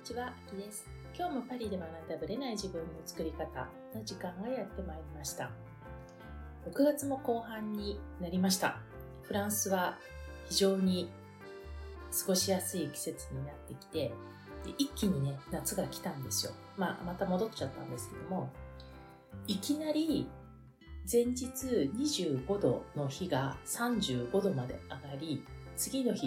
ちは、あきです。今日もパリで学んだブレない自分の作り方の時間がやってまいりました。6月も後半になりました。フランスは非常に過ごしやすい季節になってきて、一気にね、夏が来たんですよ。また戻っちゃったんですけども、いきなり前日25度の日が35度まで上がり、次の日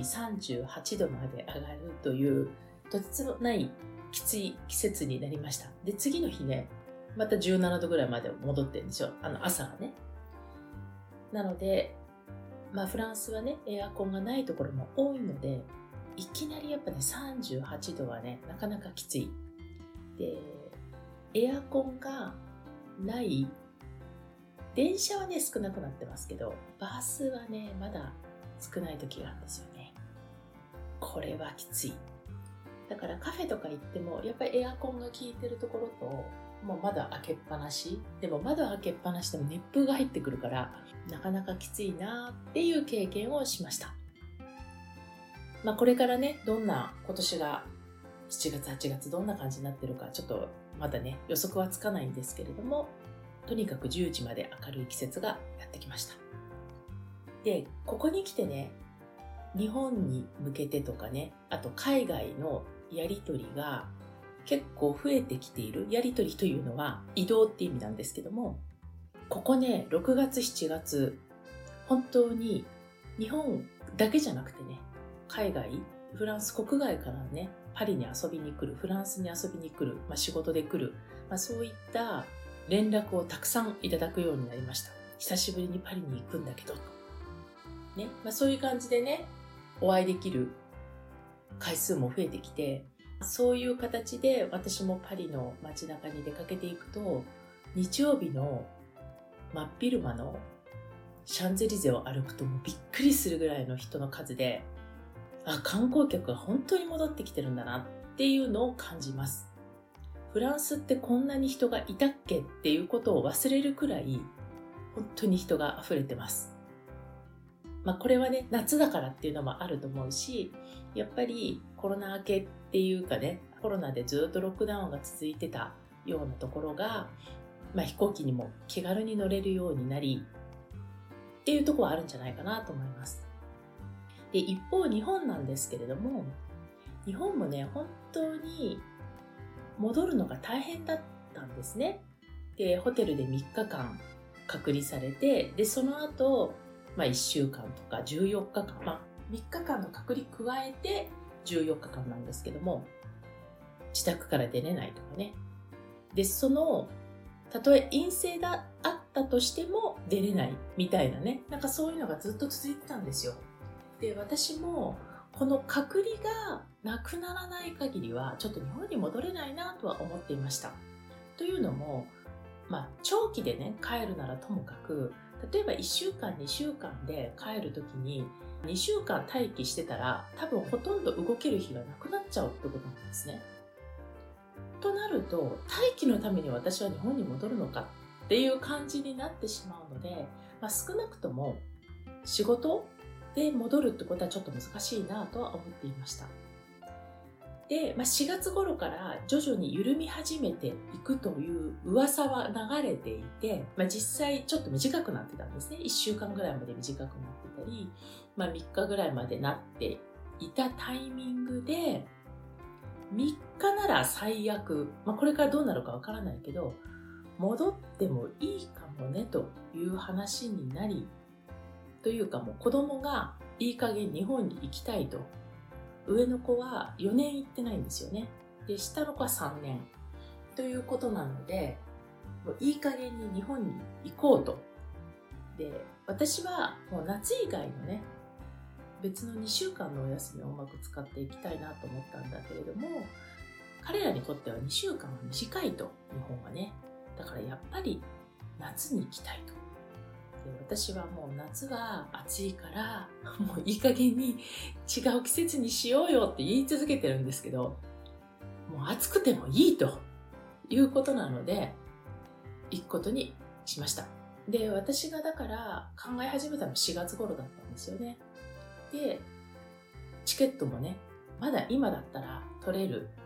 38度まで上がるというとてつもないきつい季節になりました。で、次の日ね、また17度ぐらいまで戻ってるんですよ。朝がね。なので、フランスはね、エアコンがないところも多いので、いきなりやっぱね、38度はね、なかなかきつい。で、エアコンがない電車はね、少なくなってますけど、バスはね、まだ少ない時があるんですよね。これはきつい。だからカフェとか行っても、やっぱりエアコンが効いてるところと、もう窓開けっぱなし。でも窓開けっぱなしでも熱風が入ってくるから、なかなかきついなっていう経験をしました。これからね、どんな今年が7月、8月どんな感じになってるか、ちょっとまだね、予測はつかないんですけれども、とにかく10時まで明るい季節がやってきました。で、ここに来てね、日本に向けてとかね、あと海外のやりとりが結構増えてきている。やりとりというのは移動って意味なんですけども、ここね、6月、7月、本当に日本だけじゃなくてね、海外、フランス国外からね、パリに遊びに来る、フランスに遊びに来る、仕事で来る、そういった連絡をたくさんいただくようになりました。久しぶりにパリに行くんだけど、ね、そういう感じでね、お会いできる回数も増えてきて、そういう形で私もパリの街中に出かけていくと、日曜日の真っ昼間のシャンゼリゼを歩くともうびっくりするぐらいの人の数で、観光客が本当に戻ってきてるんだなっていうのを感じます。フランスってこんなに人がいたっけっていうことを忘れるくらい本当に人が溢れてます。これはね、夏だからっていうのもあると思うし、やっぱりコロナ明けっていうかね、コロナでずっとロックダウンが続いてたようなところが、飛行機にも気軽に乗れるようになりっていうところはあるんじゃないかなと思います。で、一方日本なんですけれども、日本もね、本当に戻るのが大変だったんですね。で、ホテルで3日間隔離されて、で、その後、1週間とか14日間、3日間の隔離加えて14日間なんですけども、自宅から出れないとかね。で、たとえ陰性あったとしても出れないみたいなね、そういうのがずっと続いてたんですよ。で、私もこの隔離がなくならない限りは、ちょっと日本に戻れないなとは思っていました。というのも、長期でね、帰るならともかく、例えば1週間、2週間で帰るときに、2週間待機してたら、多分ほとんど動ける日がなくなっちゃうってことなんですね。となると、待機のために私は日本に戻るのかっていう感じになってしまうので、少なくとも仕事で戻るってことはちょっと難しいなとは思っていました。で、4月頃から徐々に緩み始めていくという噂は流れていて、実際ちょっと短くなってたんですね。1週間ぐらいまで短くなってたり、3日ぐらいまでなっていたタイミングで、3日なら最悪、これからどうなるかわからないけど、戻ってもいいかもねという話になり、というかもう子供がいい加減日本に行きたいと。上の子は4年行ってないんですよね。で、下の子は3年ということなので、もういい加減に日本に行こうと。で、私はもう夏以外のね、別の2週間のお休みをうまく使っていきたいなと思ったんだけれども、彼らにとっては2週間は短いと、日本はね。だからやっぱり夏に行きたいと。で、私はもう夏は暑いからもういい加減に違う季節にしようよって言い続けてるんですけど、もう暑くてもいいということなので行くことにしました。で、私がだから考え始めたの4月頃だったんですよね。で、チケットもね、まだ今だったら取れる。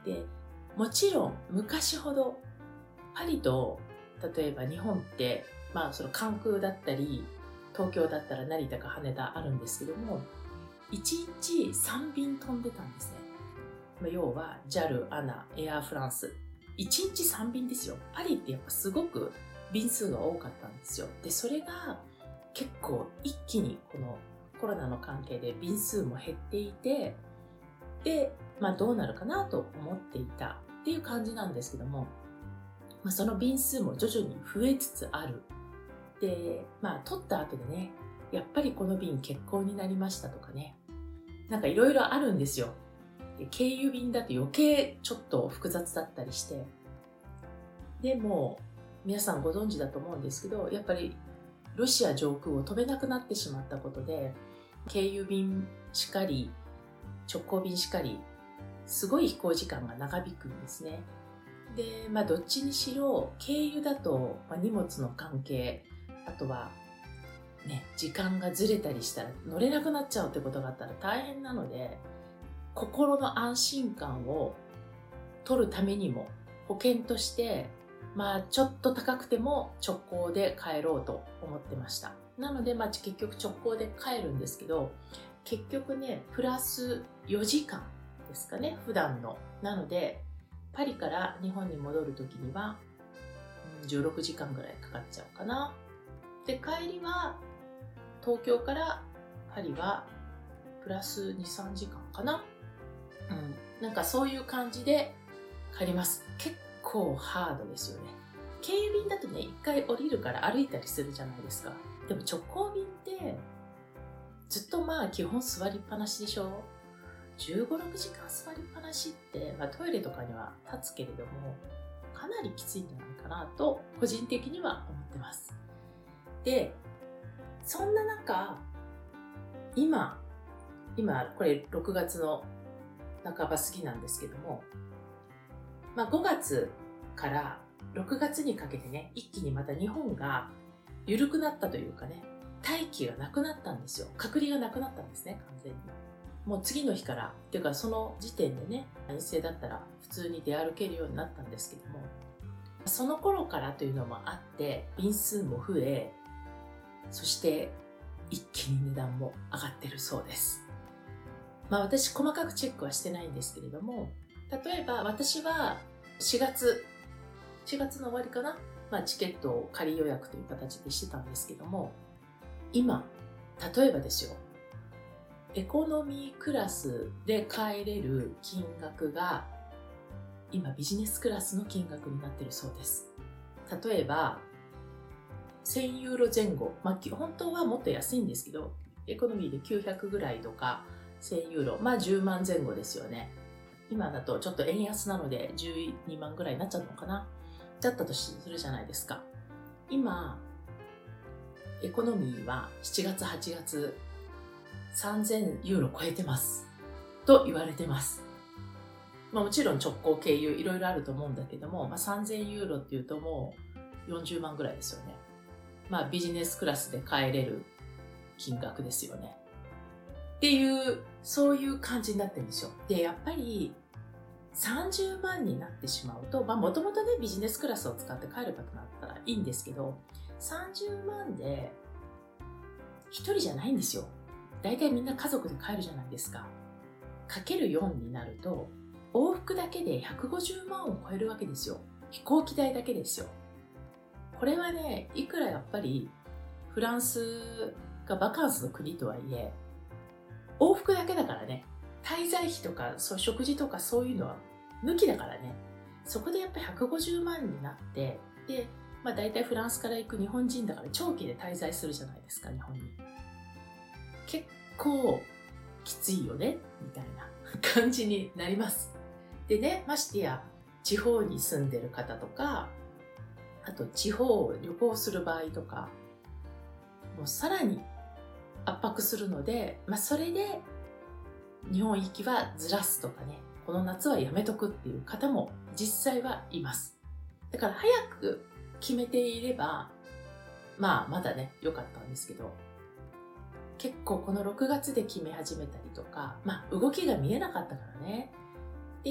でもちろん昔ほどパリと例えば日本ってその関空だったり東京だったら成田か羽田あるんですけども1日3便飛んでたんですね。要は JAL、ANA、エアフランス1日3便ですよ。パリってやっぱすごく便数が多かったんですよ。でそれが結構一気にこのコロナの関係で便数も減っていて、で、どうなるかなと思っていたっていう感じなんですけども、その便数も徐々に増えつつある。で、取った後でね、やっぱりこの便欠航になりましたとかね、いろいろあるんですよ。で経由便だと余計ちょっと複雑だったりして、でも皆さんご存知だと思うんですけど、やっぱりロシア上空を飛べなくなってしまったことで、経由便しかり直行便しかりすごい飛行時間が長引くんですね。で、どっちにしろ経由だと、荷物の関係、あとはね、時間がずれたりしたら乗れなくなっちゃうってことがあったら大変なので、心の安心感を取るためにも保険としてちょっと高くても直行で帰ろうと思ってました。なので結局直行で帰るんですけど、結局ねプラス4時間ですかね、普段の。なのでパリから日本に戻る時には16時間ぐらいかかっちゃうかな。で帰りは東京からパリはプラス 2,3 時間かな。そういう感じで帰ります。結構ハードですよね。経由便だとね、一回降りるから歩いたりするじゃないですか。でも直行便ってずっと基本座りっぱなしでしょ。15、6時間座りっぱなしって、トイレとかには立つけれどもかなりきついんじゃないかなと個人的には思ってます。で、そんな中今これ6月の半ば過ぎなんですけども、5月から6月にかけてね、一気にまた日本が緩くなったというかね、待機がなくなったんですよ。隔離がなくなったんですね、完全に。もう次の日からっていうか、その時点でね、陰性だったら普通に出歩けるようになったんですけども、その頃からというのもあって便数も増え、そして一気に値段も上がってるそうです。私細かくチェックはしてないんですけれども、例えば私は4月の終わりかな、チケットを仮予約という形でしてたんですけども、今例えばですよ、エコノミークラスで帰れる金額が今ビジネスクラスの金額になっているそうです。例えば1000ユーロ前後、本当はもっと安いんですけど、エコノミーで900ぐらいとか1000ユーロ、10万前後ですよね。今だとちょっと円安なので12万ぐらいになっちゃうのかな、だったとするじゃないですか。今エコノミーは7月8月3000ユーロ超えてますと言われてます。もちろん直行経由いろいろあると思うんだけども、3000ユーロっていうともう40万ぐらいですよね。ビジネスクラスで帰れる金額ですよねっていう、そういう感じになってるんですよ。で、やっぱり30万になってしまうと、もともとねビジネスクラスを使って帰る方だったらいいんですけど、30万で1人じゃないんですよ。大体みんな家族で帰るじゃないですか。かける4になると往復だけで150万を超えるわけですよ。飛行機代だけですよ。これはね、いくらやっぱりフランスがバカンスの国とはいえ、往復だけだからね、滞在費とか食事とかそういうのは抜きだからね、そこでやっぱり150万になって、で、大体フランスから行く日本人だから長期で滞在するじゃないですか、日本に。結構きついよねみたいな感じになります。でね、ましてや地方に住んでる方とか、あと地方を旅行する場合とか、もうさらに圧迫するので、それで日本行きはずらすとかね、この夏はやめとくっていう方も実際はいます。だから早く決めていればまだね良かったんですけど、結構この6月で決め始めたりとか、動きが見えなかったからねっていう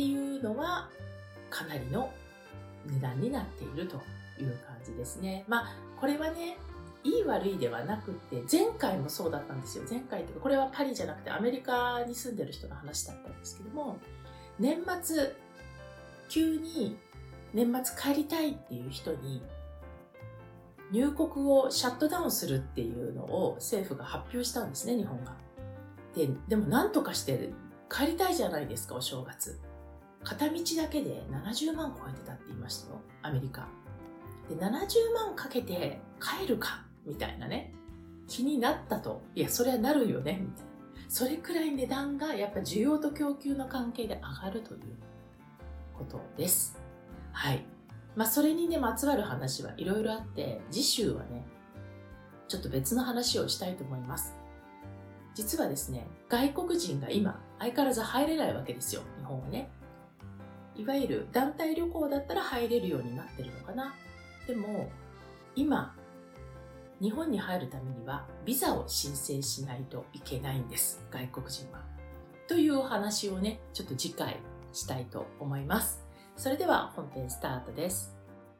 のはかなりの値段になっているという感じですね。これはね、いい悪いではなくて、前回もそうだったんですよ。前回というか、これはパリじゃなくてアメリカに住んでる人の話だったんですけども、年末急に年末帰りたいっていう人に入国をシャットダウンするっていうのを政府が発表したんですね、日本が。でも何とかして帰りたいじゃないですか、お正月。片道だけで70万超えてたって言いましたよ、アメリカ。で、70万かけて帰るかみたいなね、気になったと。いや、それはなるよね、みたいな。それくらい値段がやっぱ需要と供給の関係で上がるということです。はい。それにね、まつわる話はいろいろあって、次週はね、ちょっと別の話をしたいと思います。実はですね、外国人が今、相変わらず入れないわけですよ、日本はね。いわゆる団体旅行だったら入れるようになってるのかな。でも、今、日本に入るためには、ビザを申請しないといけないんです、外国人は。というお話をね、ちょっと次回したいと思います。それでは本編スタートです。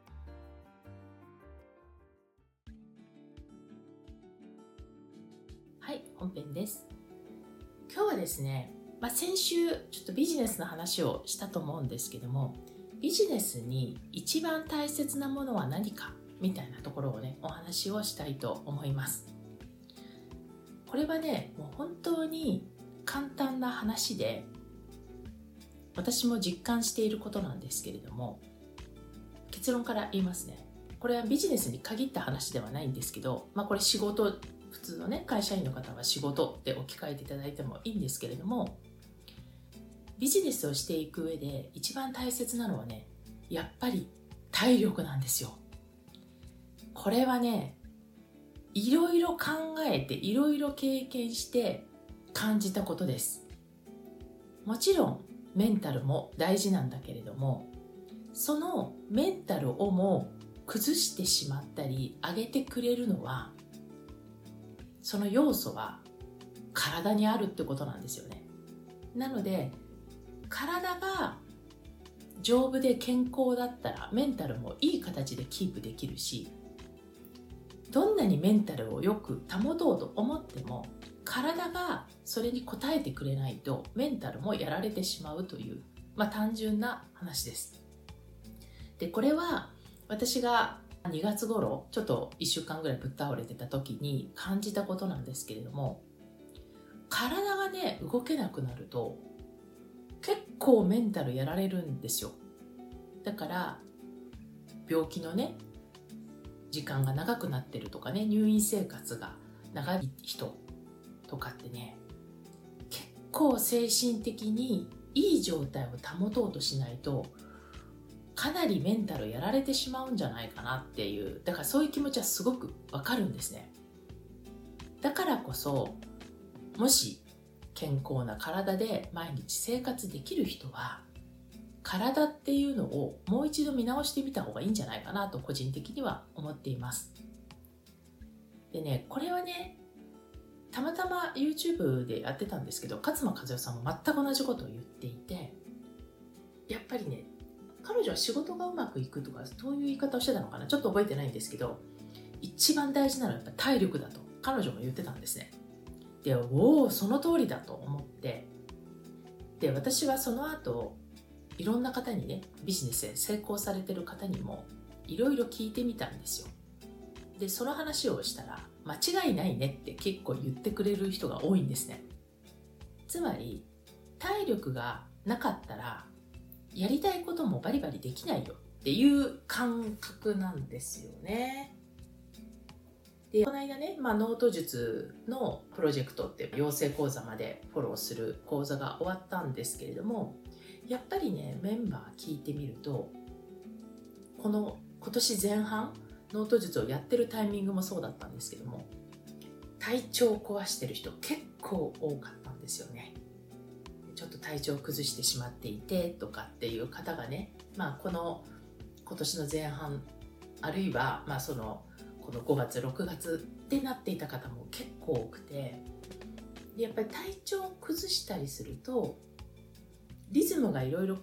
はい、本編です。今日はですね、先週ちょっとビジネスの話をしたと思うんですけども、ビジネスに一番大切なものは何かみたいなところをね、お話をしたいと思います。これはね、もう本当に簡単な話で、私も実感していることなんですけれども、結論から言いますね。これはビジネスに限った話ではないんですけど、これ仕事、普通のね、会社員の方は仕事って置き換えていただいてもいいんですけれども、ビジネスをしていく上で一番大切なのはね、やっぱり体力なんですよ。これはね、いろいろ考えて、いろいろ経験して感じたことです。もちろんメンタルも大事なんだけれども、そのメンタルをも崩してしまったり上げてくれるのは、その要素は体にあるってことなんですよね。なので、体が丈夫で健康だったらメンタルもいい形でキープできるし、どんなにメンタルをよく保とうと思っても、体がそれに応えてくれないとメンタルもやられてしまうという、単純な話です。で、これは私が2月頃、ちょっと1週間ぐらいぶっ倒れてた時に感じたことなんですけれども、体がね、動けなくなると結構メンタルやられるんですよ。だから病気のね、時間が長くなってるとかね、入院生活が長い人とかってね、結構精神的にいい状態を保とうとしないと、かなりメンタルやられてしまうんじゃないかなっていう、だからそういう気持ちはすごくわかるんですね。だからこそ、もし健康な体で毎日生活できる人は、体っていうのをもう一度見直してみた方がいいんじゃないかなと個人的には思っています。でね、これはね、たまたま YouTube でやってたんですけど、勝間和代さんも全く同じことを言っていて、やっぱりね、彼女は仕事がうまくいくとか、そういう言い方をしてたのかな、ちょっと覚えてないんですけど、一番大事なのはやっぱ体力だと彼女も言ってたんですね。で、その通りだと思って、で、私はその後いろんな方にね、ビジネスで成功されてる方にもいろいろ聞いてみたんですよ。で、その話をしたら、間違いないねって結構言ってくれる人が多いんですね。つまり、体力がなかったらやりたいこともバリバリできないよっていう感覚なんですよね。で、この間ね、ノート術のプロジェクトって養成講座までフォローする講座が終わったんですけれども、やっぱりね、メンバー聞いてみると、今年前半ノート術をやってるタイミングもそうだったんですけども、体調を壊してる人結構多かったんですよね。ちょっと体調を崩してしまっていてとかっていう方がね、今年の前半、あるいはこの5月6月ってなっていた方も結構多くて、やっぱり体調を崩したりするとリズムがいろいろ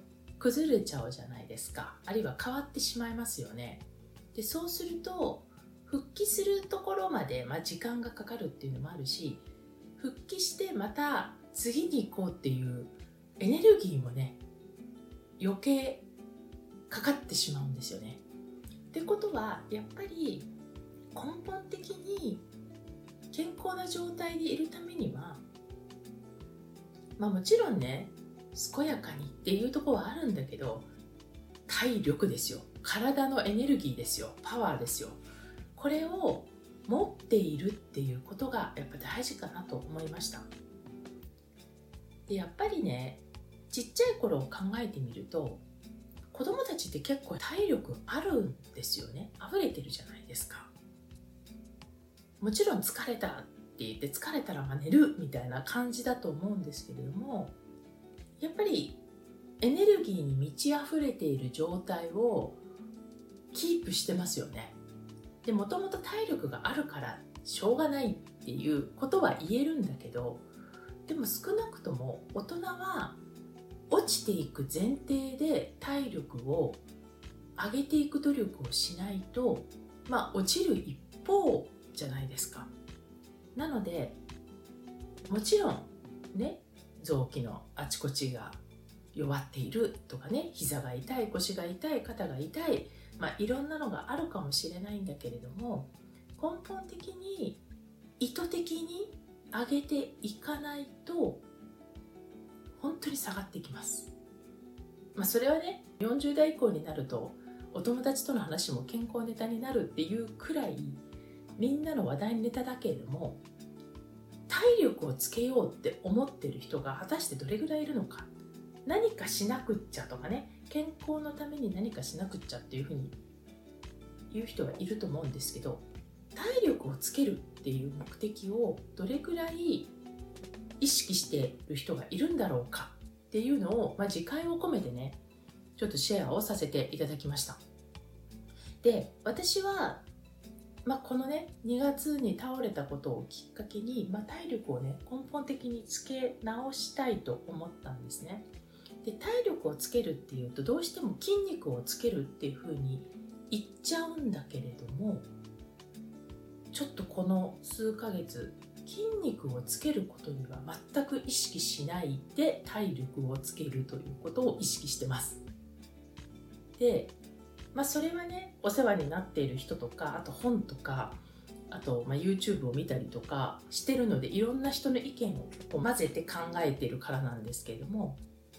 崩れちゃうじゃないですか。あるいは変わってしまいますよね。でそうすると復帰するところまで、時間がかかるっていうのもあるし、復帰してまた次に行こうっていうエネルギーもね余計かかってしまうんですよね。ってことはやっぱり根本的に健康な状態でいるためには、もちろんね健やかにっていうところはあるんだけど、体力ですよ。体のエネルギーですよ。パワーですよ。これを持っているっていうことがやっぱ大事かなと思いました。でやっぱりね、ちっちゃい頃を考えてみると、子供たちって結構体力あるんですよね。溢れてるじゃないですか。もちろん疲れたって言って疲れたら寝るみたいな感じだと思うんですけれども、やっぱりエネルギーに満ち溢れている状態をキープしてますよね。でもともと体力があるからしょうがないっていうことは言えるんだけど、でも少なくとも大人は落ちていく前提で体力を上げていく努力をしないと、落ちる一方じゃないですか。なのでもちろんね、臓器のあちこちが弱っているとかね、膝が痛い、腰が痛い、肩が痛い、いろんなのがあるかもしれないんだけれども、根本的に意図的に上げていかないと本当に下がってきます。それはね、40代以降になるとお友達との話も健康ネタになるっていうくらいみんなの話題ネタだけれども、体力をつけようって思ってる人が果たしてどれぐらいいるのか。何かしなくっちゃとかね、健康のために何かしなくっちゃっていうふうに言う人がいると思うんですけど、体力をつけるっていう目的をどれくらい意識している人がいるんだろうかっていうのを、自戒を込めてね、ちょっとシェアをさせていただきました。で、私はこのね2月に倒れたことをきっかけに、体力をね根本的につけ直したいと思ったんですね。で、体力をつけるっていうとどうしても筋肉をつけるっていう風に言っちゃうんだけれども、ちょっとこの数ヶ月筋肉をつけることには全く意識しないで体力をつけるということを意識してます。で、それはね、お世話になっている人とか、あと本とか、あとYouTube を見たりとかしてるので、いろんな人の意見を混ぜて考えているからなんですけれども、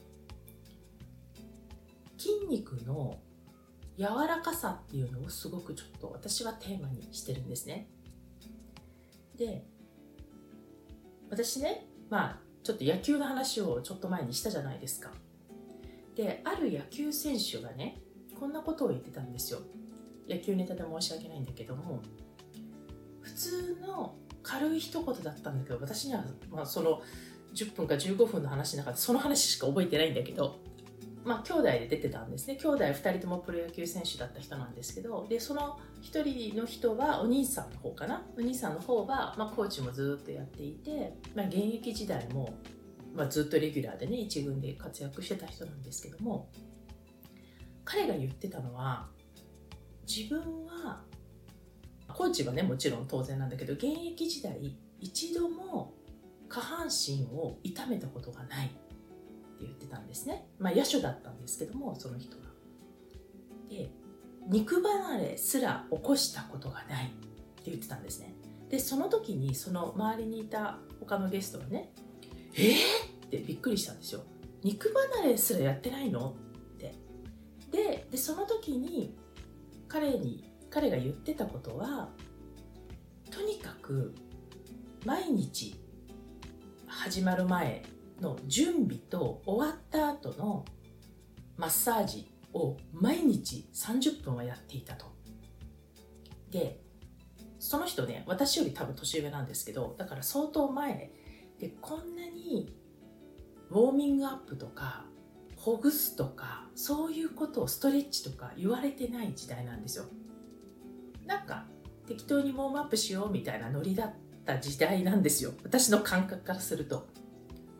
筋肉の柔らかさっていうのをすごくちょっと私はテーマにしてるんですね。で、私ね、ちょっと野球の話をちょっと前にしたじゃないですか。で、ある野球選手がね、こんなことを言ってたんですよ。野球ネタで申し訳ないんだけども、普通の軽い一言だったんだけど、私にはその10分か15分の話の中でその話しか覚えてないんだけど、兄弟で出てたんですね。兄弟2人ともプロ野球選手だった人なんですけど、でその1人の人はお兄さんの方かな。お兄さんの方は、コーチもずっとやっていて、現役時代も、ずっとレギュラーでね一軍で活躍してた人なんですけども、彼が言ってたのは、自分はコーチはねもちろん当然なんだけど、現役時代一度も下半身を痛めたことがないって言ってたんですね。野手だったんですけども、その人は。で、肉離れすら起こしたことがないって言ってたんですね。で、その時にその周りにいた他のゲストがね、ってびっくりしたんですよ。肉離れすらやってないのって。でその時に彼が言ってたことは、とにかく毎日始まる前の準備と終わった後のマッサージを毎日30分はやっていたと。で、その人ね、私より多分年上なんですけど、だから相当前で、こんなにウォーミングアップとかほぐすとかそういうことをストレッチとか言われてない時代なんですよ。なんか適当にウォームアップしようみたいなノリだった時代なんですよ、私の感覚からすると。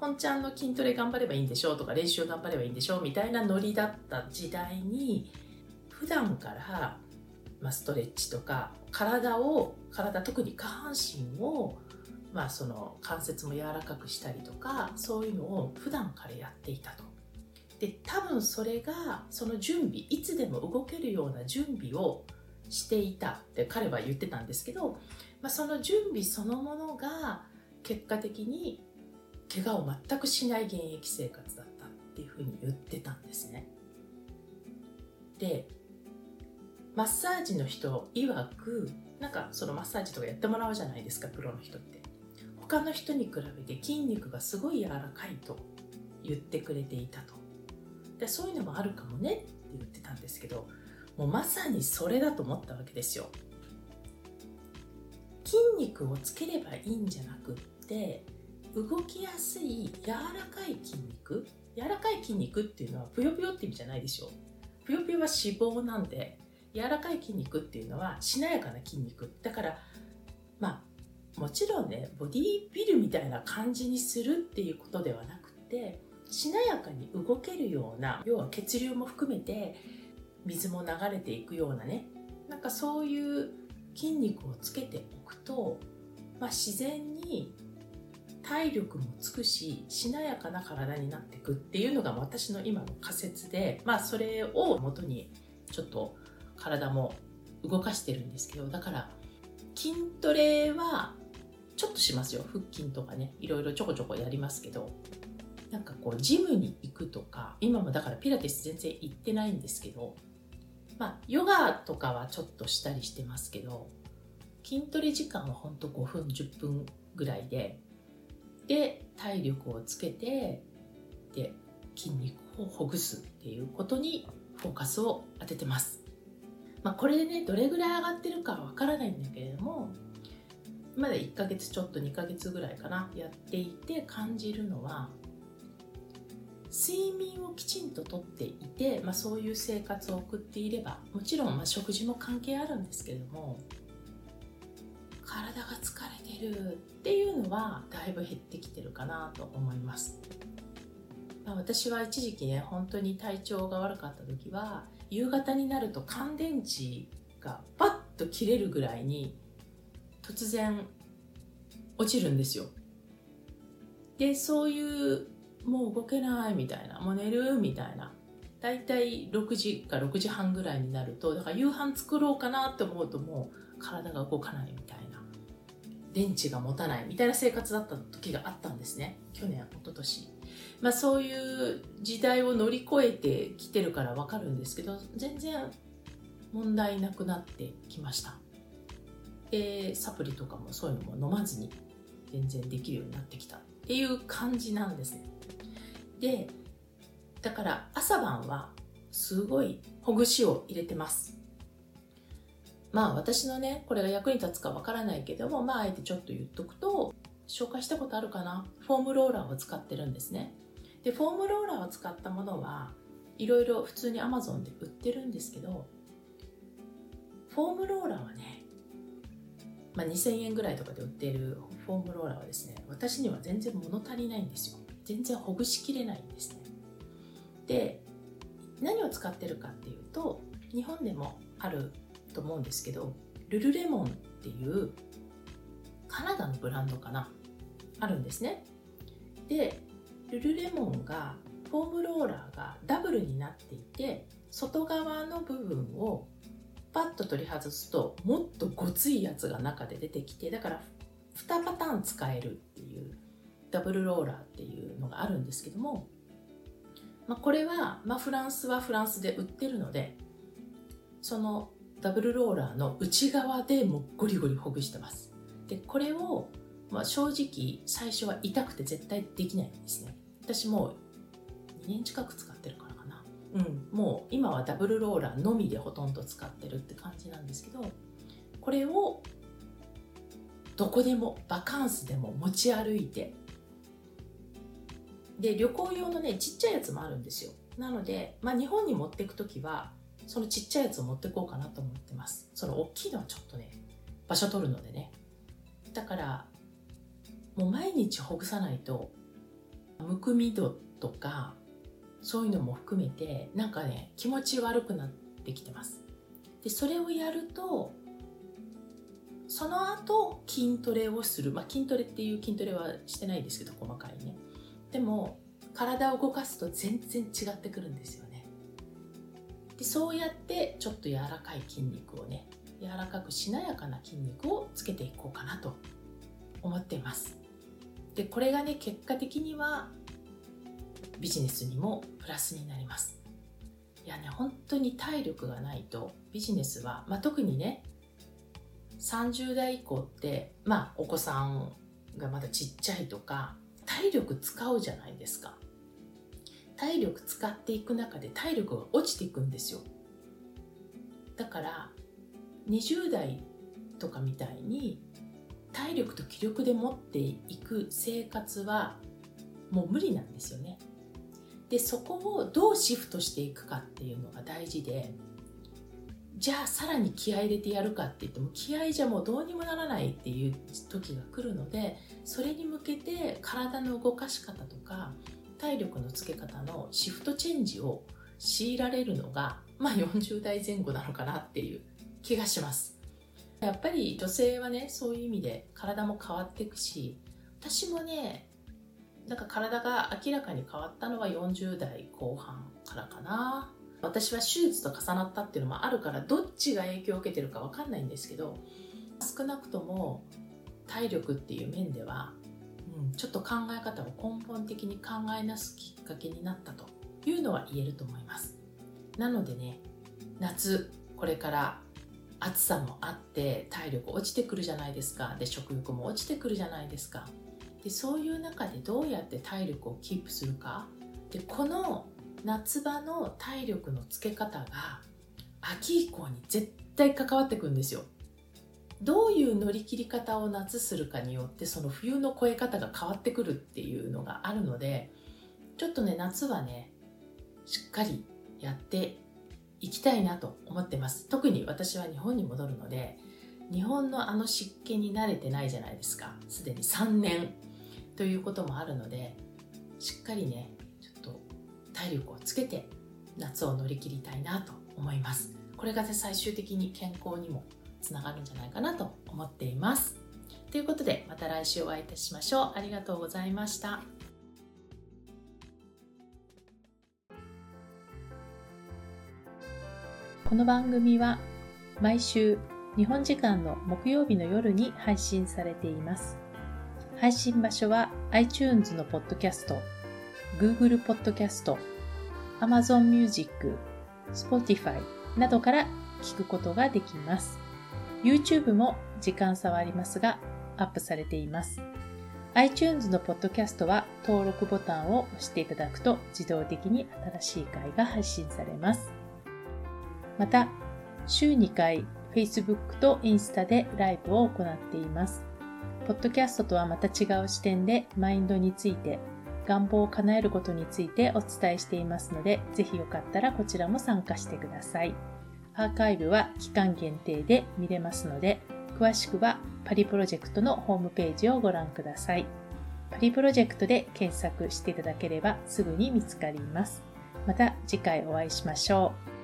本ちゃんの筋トレ頑張ればいいんでしょとか練習頑張ればいいんでしょみたいなノリだった時代に、普段からストレッチとか体、特に下半身をその関節も柔らかくしたりとか、そういうのを普段からやっていたと。で、多分それがその準備、いつでも動けるような準備をしていたって彼は言ってたんですけど、その準備そのものが結果的に怪我を全くしない現役生活だったっていうふうに言ってたんですね。で、マッサージの人曰く、そのマッサージとかやってもらうじゃないですか、プロの人って。他の人に比べて筋肉がすごい柔らかいと言ってくれていたと。で、そういうのもあるかもねって言ってたんですけど、もうまさにそれだと思ったわけですよ。筋肉をつければいいんじゃなくって、動きやすい柔らかい筋肉、柔らかい筋肉っていうのはぷよぷよって意味じゃないでしょ。ぷよぷよは脂肪なんで、柔らかい筋肉っていうのはしなやかな筋肉だから、もちろんね、ボディービルみたいな感じにするっていうことではなくて、しなやかに動けるような、要は血流も含めて水も流れていくようなね、そういう筋肉をつけておくと、自然に体力もつくし、しなやかな体になっていくっていうのが私の今の仮説で、それを元にちょっと体も動かしてるんですけど、だから筋トレはちょっとしますよ。腹筋とかね、いろいろちょこちょこやりますけど、ジムに行くとか、今もだからピラティス全然行ってないんですけど、ヨガとかはちょっとしたりしてますけど、筋トレ時間はほんと5分10分ぐらいで体力をつけて、で筋肉をほぐすっていうことにフォーカスを当ててます。これでね、どれぐらい上がってるかはわからないんだけれども、まだ1ヶ月ちょっと2ヶ月ぐらいかな、やっていて感じるのは、睡眠をきちんととっていて、そういう生活を送っていれば、もちろん食事も関係あるんですけれども、体が疲れてるっていうのはだいぶ減ってきてるかなと思います。私は一時期ね、本当に体調が悪かった時は、夕方になると乾電池がバッと切れるぐらいに突然落ちるんですよ。で、そういうもう動けないみたいな、もう寝るみたいな、だいたい6時か6時半ぐらいになると、だから夕飯作ろうかなって思うともう体が動かないみたいな、電池が持たないみたいな生活だった時があったんですね。去年、一昨年。そういう時代を乗り越えてきてるからわかるんですけど、全然問題なくなってきました。で、サプリとかもそういうのも飲まずに全然できるようになってきたっていう感じなんですね。で、だから朝晩はすごいほぐしを入れてます。私のね、これが役に立つかわからないけども、あえてちょっと言っとくと、紹介したことあるかな、フォームローラーを使ってるんですね。で、フォームローラーを使ったものはいろいろ普通に Amazon で売ってるんですけど、フォームローラーはね、2000円ぐらいとかで売っているフォームローラーはですね、私には全然物足りないんですよ。全然ほぐしきれないんですね。で、何を使ってるかっていうと、日本でもあると思うんですけど、ルルレモンっていうカナダのブランドかな、あるんですね。で、ルルレモンがフォームローラーがダブルになっていて、外側の部分をパッと取り外すともっとごついやつが中で出てきて、だから2パターン使えるっていうダブルローラーっていうのがあるんですけども、これは、フランスはフランスで売ってるので、そのダブルローラーの内側でもうゴリゴリほぐしてます。で、これを、正直最初は痛くて絶対できないんですね。私もう2年近く使ってるからかな。もう今はダブルローラーのみでほとんど使ってるって感じなんですけど、これをどこでもバカンスでも持ち歩いて、で、旅行用のね、ちっちゃいやつもあるんですよ。なので、日本に持っていくときはそのちっちゃいやつを持っていこうかなと思ってます。その大きいのはちょっとね、場所取るのでね。だからもう毎日ほぐさないとむくみ度とかそういうのも含めてなんかね気持ち悪くなってきてます。でそれをやるとその後筋トレをする、筋トレっていう筋トレはしてないですけど細かいね。でも体を動かすと全然違ってくるんですよね。でそうやってちょっと柔らかい筋肉をね、柔らかくしなやかな筋肉をつけていこうかなと思っています。でこれがね結果的にはビジネスにもプラスになります。いやね本当に体力がないとビジネスは、特にね30代以降ってお子さんがまだちっちゃいとか体力使うじゃないですか。体力使っていく中で体力が落ちていくんですよ。だから20代とかみたいに体力と気力で持っていく生活はもう無理なんですよね。でそこをどうシフトしていくかっていうのが大事で、じゃあさらに気合い入れてやるかって言っても気合いじゃもうどうにもならないっていう時が来るので、それに向けて体の動かし方とか体力のつけ方のシフトチェンジを強いられるのが、40代前後なのかなっていう気がします。やっぱり女性はねそういう意味で体も変わっていくし、私もねなんか体が明らかに変わったのは40代後半からかな。私は手術と重なったっていうのもあるからどっちが影響を受けてるか分かんないんですけど、少なくとも体力っていう面では、ちょっと考え方を根本的に考えなすきっかけになったというのは言えると思います。なのでね、夏これから暑さもあって体力落ちてくるじゃないですか。で食欲も落ちてくるじゃないですか。でそういう中でどうやって体力をキープするか。でこの夏場の体力のつけ方が秋以降に絶対関わってくるんですよ。どういう乗り切り方を夏するかによってその冬の越え方が変わってくるっていうのがあるので、ちょっとね夏はねしっかりやっていきたいなと思ってます。特に私は日本に戻るので、日本のあの湿気に慣れてないじゃないですか。すでに3年ということもあるので、しっかりねちょっと体力をつけて夏を乗り切りたいなと思います。これが最終的に健康にもつながるんじゃないかなと思っています。ということでまた来週お会いいたしましょう。ありがとうございました。この番組は毎週日本時間の木曜日の夜に配信されています。配信場所は iTunes のポッドキャスト、Google ポッドキャスト、Amazon Music、Spotify などから聞くことができます。YouTube も時間差はありますがアップされています。iTunes のポッドキャストは登録ボタンを押していただくと自動的に新しい回が配信されます。また、週2回 Facebook とインスタでライブを行っています。ポッドキャストとはまた違う視点でマインドについて、願望を叶えることについてお伝えしていますので、ぜひよかったらこちらも参加してください。アーカイブは期間限定で見れますので、詳しくはパリプロジェクトのホームページをご覧ください。パリプロジェクトで検索していただければすぐに見つかります。また次回お会いしましょう。